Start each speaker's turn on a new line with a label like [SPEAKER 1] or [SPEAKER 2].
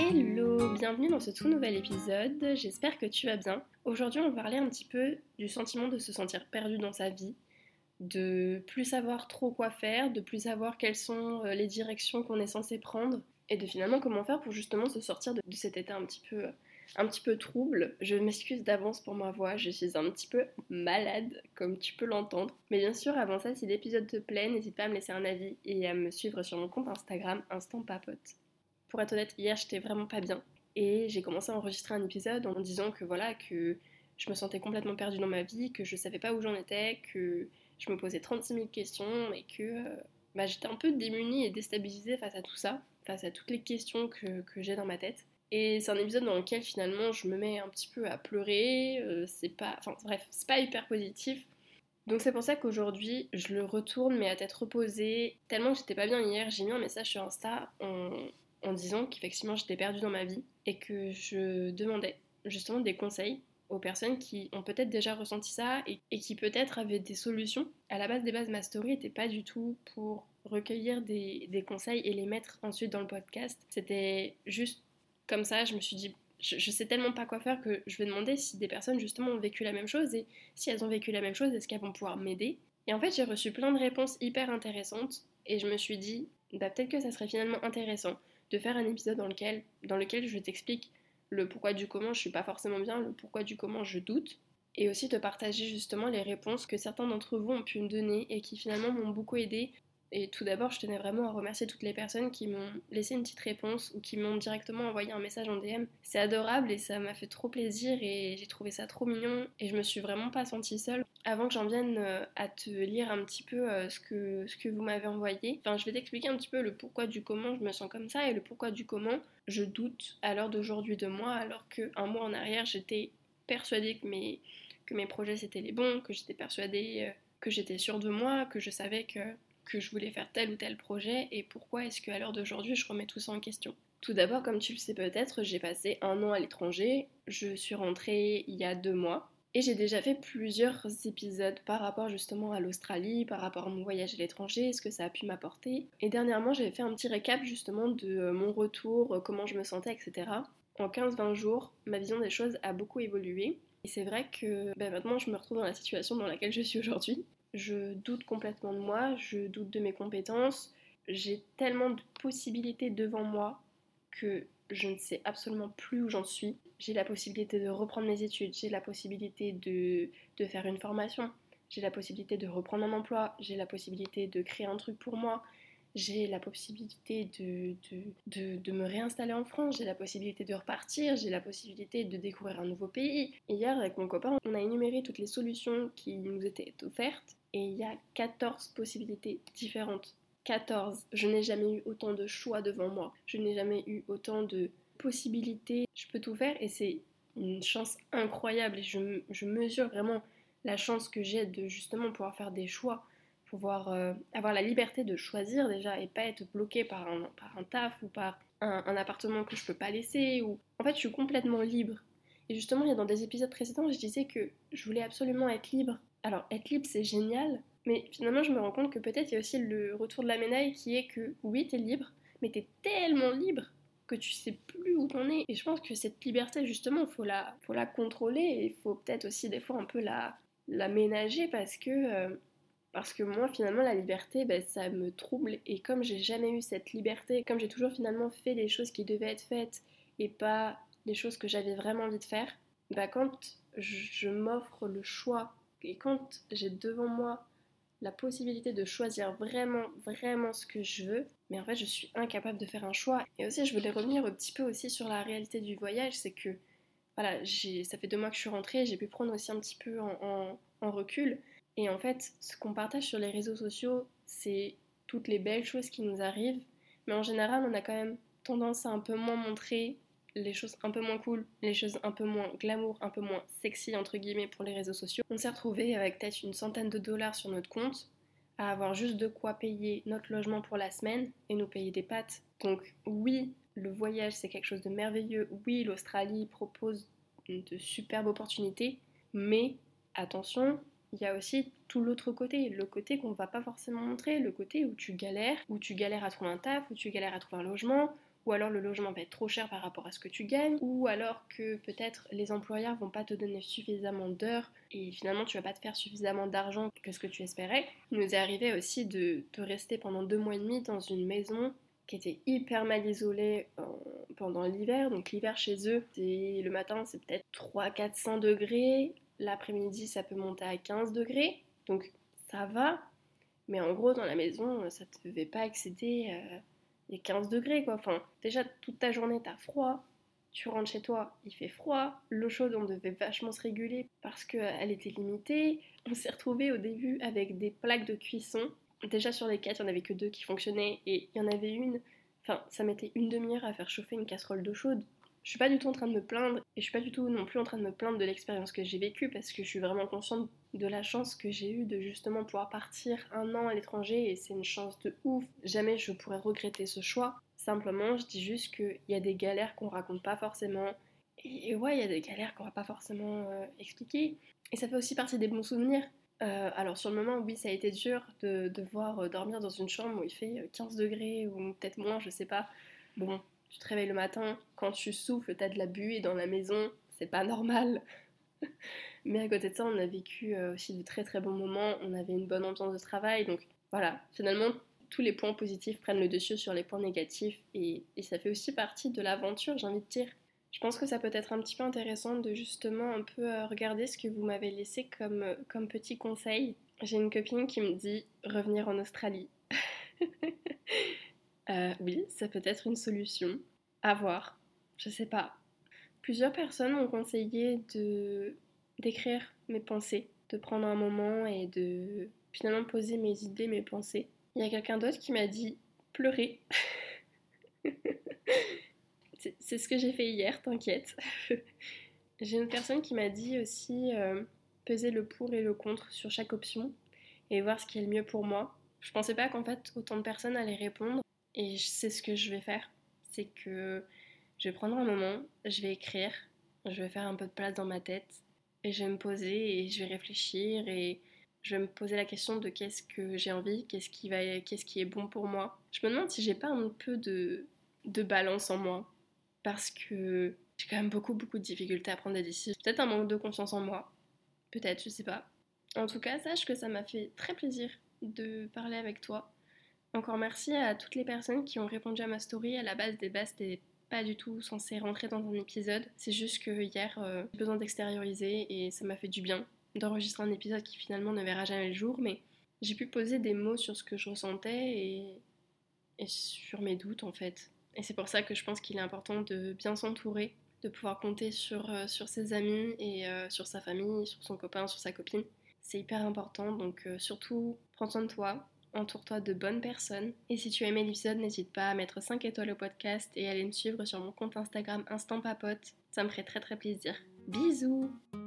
[SPEAKER 1] Hello, bienvenue dans ce tout nouvel épisode, j'espère que tu vas bien. Aujourd'hui on va parler un petit peu du sentiment de se sentir perdu dans sa vie, de plus savoir trop quoi faire, de plus savoir quelles sont les directions qu'on est censé prendre et de finalement comment faire pour justement se sortir de cet état un petit peu trouble. Je m'excuse d'avance pour ma voix, je suis un petit peu malade comme tu peux l'entendre. Mais bien sûr avant ça, si l'épisode te plaît, n'hésite pas à me laisser un avis et à me suivre sur mon compte Instagram Instant Papote. Pour être honnête, hier j'étais vraiment pas bien et j'ai commencé à enregistrer un épisode en disant que voilà, que je me sentais complètement perdue dans ma vie, que je savais pas où j'en étais, que je me posais 36 000 questions et que j'étais un peu démunie et déstabilisée face à tout ça, face à toutes les questions que j'ai dans ma tête. Et c'est un épisode dans lequel finalement je me mets un petit peu à pleurer, c'est pas, enfin bref, c'est pas hyper positif. Donc c'est pour ça qu'aujourd'hui je le retourne mais à tête reposée. Tellement que j'étais pas bien hier, j'ai mis un message sur Insta en disant qu'effectivement j'étais perdue dans ma vie et que je demandais justement des conseils aux personnes qui ont peut-être déjà ressenti ça et qui peut-être avaient des solutions. À la base des bases, ma story n'était pas du tout pour recueillir des conseils et les mettre ensuite dans le podcast. C'était juste comme ça, je me suis dit, je sais tellement pas quoi faire que je vais demander si des personnes justement ont vécu la même chose et si elles ont vécu la même chose, est-ce qu'elles vont pouvoir m'aider. Et en fait, j'ai reçu plein de réponses hyper intéressantes et je me suis dit, peut-être que ça serait finalement intéressant de faire un épisode dans lequel je t'explique le pourquoi du comment je suis pas forcément bien, le pourquoi du comment je doute, et aussi te partager justement les réponses que certains d'entre vous ont pu me donner et qui finalement m'ont beaucoup aidé. Et tout d'abord, je tenais vraiment à remercier toutes les personnes qui m'ont laissé une petite réponse ou qui m'ont directement envoyé un message en DM. C'est adorable et ça m'a fait trop plaisir et j'ai trouvé ça trop mignon et je me suis vraiment pas sentie seule. Avant que j'en vienne à te lire un petit peu ce que vous m'avez envoyé, enfin je vais t'expliquer un petit peu le pourquoi du comment je me sens comme ça et le pourquoi du comment je doute à l'heure d'aujourd'hui de moi alors qu'un mois en arrière j'étais persuadée que mes projets c'était les bons, que j'étais persuadée que j'étais sûre de moi, que je savais que je voulais faire tel ou tel projet et pourquoi est-ce qu'à l'heure d'aujourd'hui je remets tout ça en question. Tout d'abord, comme tu le sais peut-être, j'ai passé 1 an à l'étranger, je suis rentrée il y a 2 mois et j'ai déjà fait plusieurs épisodes par rapport justement à l'Australie, par rapport à mon voyage à l'étranger, ce que ça a pu m'apporter. Et dernièrement, j'avais fait un petit récap justement de mon retour, comment je me sentais, etc. En 15-20 jours, ma vision des choses a beaucoup évolué. Et c'est vrai que maintenant, je me retrouve dans la situation dans laquelle je suis aujourd'hui. Je doute complètement de moi, je doute de mes compétences. J'ai tellement de possibilités devant moi que je ne sais absolument plus où j'en suis. J'ai la possibilité de reprendre mes études, j'ai la possibilité de faire une formation, j'ai la possibilité de reprendre un emploi, j'ai la possibilité de créer un truc pour moi, j'ai la possibilité de me réinstaller en France, j'ai la possibilité de repartir, j'ai la possibilité de découvrir un nouveau pays. Hier, avec mon copain, on a énuméré toutes les solutions qui nous étaient offertes et il y a 14 possibilités différentes. 14. Je n'ai jamais eu autant de choix devant moi. Je n'ai jamais eu autant de possibilités. Je peux tout faire et c'est une chance incroyable et je mesure vraiment la chance que j'ai de justement pouvoir faire des choix, pouvoir avoir la liberté de choisir déjà et pas être bloquée par un taf ou par un appartement que je peux pas laisser. Ou... En fait, je suis complètement libre. Et justement, il y a dans des épisodes précédents, je disais que je voulais absolument être libre. Alors, être libre, c'est génial, mais finalement, je me rends compte que peut-être il y a aussi le retour de la médaille qui est que oui, t'es libre, mais t'es tellement libre que tu sais plus où t'en es. Et je pense que cette liberté, justement, faut la contrôler et il faut peut-être aussi des fois un peu la ménager parce que moi, finalement, la liberté, ça me trouble. Et comme j'ai jamais eu cette liberté, comme j'ai toujours finalement fait les choses qui devaient être faites et pas les choses que j'avais vraiment envie de faire, quand je m'offre le choix et quand j'ai devant moi la possibilité de choisir vraiment, vraiment ce que je veux, mais en fait, je suis incapable de faire un choix. Et aussi, je voulais revenir un petit peu aussi sur la réalité du voyage, c'est que, voilà, ça fait 2 mois que je suis rentrée, j'ai pu prendre aussi un petit peu en recul. Et en fait, ce qu'on partage sur les réseaux sociaux, c'est toutes les belles choses qui nous arrivent, mais en général, on a quand même tendance à un peu moins montrer les choses un peu moins cool, les choses un peu moins glamour, un peu moins sexy entre guillemets pour les réseaux sociaux. On s'est retrouvé avec peut-être une centaine de dollars sur notre compte, à avoir juste de quoi payer notre logement pour la semaine et nous payer des pâtes. Donc oui, le voyage c'est quelque chose de merveilleux, oui l'Australie propose de superbes opportunités, mais attention, il y a aussi tout l'autre côté, le côté qu'on ne va pas forcément montrer, le côté où tu galères à trouver un taf, où tu galères à trouver un logement, ou alors le logement va être trop cher par rapport à ce que tu gagnes, ou alors que peut-être les employeurs vont pas te donner suffisamment d'heures et finalement tu vas pas te faire suffisamment d'argent que ce que tu espérais. Il nous est arrivé aussi de rester pendant 2 mois et demi dans une maison qui était hyper mal isolée pendant l'hiver. Donc l'hiver chez eux, le matin c'est peut-être 300-400 degrés, l'après-midi ça peut monter à 15 degrés, donc ça va, mais en gros dans la maison ça ne devait pas excéder les 15 degrés quoi. Enfin, déjà toute ta journée t'as froid, tu rentres chez toi, il fait froid, l'eau chaude on devait vachement se réguler parce qu'elle était limitée. On s'est retrouvé au début avec des plaques de cuisson. Déjà sur les 4, il n'y en avait que 2 qui fonctionnaient et il y en avait une, enfin ça mettait une demi-heure à faire chauffer une casserole d'eau chaude. Je suis pas du tout en train de me plaindre et je suis pas du tout non plus en train de me plaindre de l'expérience que j'ai vécue parce que je suis vraiment consciente de la chance que j'ai eue de justement pouvoir partir 1 an à l'étranger et c'est une chance de ouf. Jamais je pourrais regretter ce choix. Simplement, je dis juste qu'il y a des galères qu'on raconte pas forcément. Et ouais, il y a des galères qu'on va pas forcément expliquer. Et ça fait aussi partie des bons souvenirs. Alors sur le moment, oui, ça a été dur de devoir dormir dans une chambre où il fait 15 degrés ou peut-être moins, je sais pas. Bon, tu te réveilles le matin, quand tu souffles, t'as de la buée dans la maison, c'est pas normal. Mais à côté de ça, on a vécu aussi de très très bons moments, on avait une bonne ambiance de travail, donc voilà, finalement, tous les points positifs prennent le dessus sur les points négatifs et ça fait aussi partie de l'aventure, j'ai envie de dire. Je pense que ça peut être un petit peu intéressant de justement un peu regarder ce que vous m'avez laissé comme petit conseil. J'ai une copine qui me dit revenir en Australie. Oui, ça peut être une solution. À voir. Je sais pas. Plusieurs personnes m'ont conseillé d'écrire mes pensées, de prendre un moment et de finalement poser mes idées, mes pensées. Il y a quelqu'un d'autre qui m'a dit pleurer. C'est ce que j'ai fait hier, t'inquiète. J'ai une personne qui m'a dit aussi peser le pour et le contre sur chaque option et voir ce qui est le mieux pour moi. Je pensais pas qu'en fait autant de personnes allaient répondre et c'est ce que je vais faire. C'est que je vais prendre un moment, je vais écrire, je vais faire un peu de place dans ma tête et je vais me poser et je vais réfléchir et je vais me poser la question de qu'est-ce que j'ai envie, qu'est-ce qui est bon pour moi. Je me demande si j'ai pas un peu de balance en moi parce que j'ai quand même beaucoup de difficultés à prendre des décisions. Peut-être un manque de confiance en moi, peut-être, je sais pas. En tout cas, sache que ça m'a fait très plaisir de parler avec toi. Encore merci à toutes les personnes qui ont répondu à ma story. À la base des bases, c'était pas du tout censé rentrer dans un épisode. C'est juste que hier, j'ai besoin d'extérioriser et ça m'a fait du bien d'enregistrer un épisode qui finalement ne verra jamais le jour. Mais j'ai pu poser des mots sur ce que je ressentais et sur mes doutes en fait. Et c'est pour ça que je pense qu'il est important de bien s'entourer, de pouvoir compter sur ses amis et sur sa famille, sur son copain, sur sa copine. C'est hyper important, donc surtout prends soin de toi, entoure-toi de bonnes personnes. Et si tu as aimé l'épisode, n'hésite pas à mettre 5 étoiles au podcast et à aller me suivre sur mon compte Instagram Instant Papote. Ça me ferait très très plaisir. Bisous!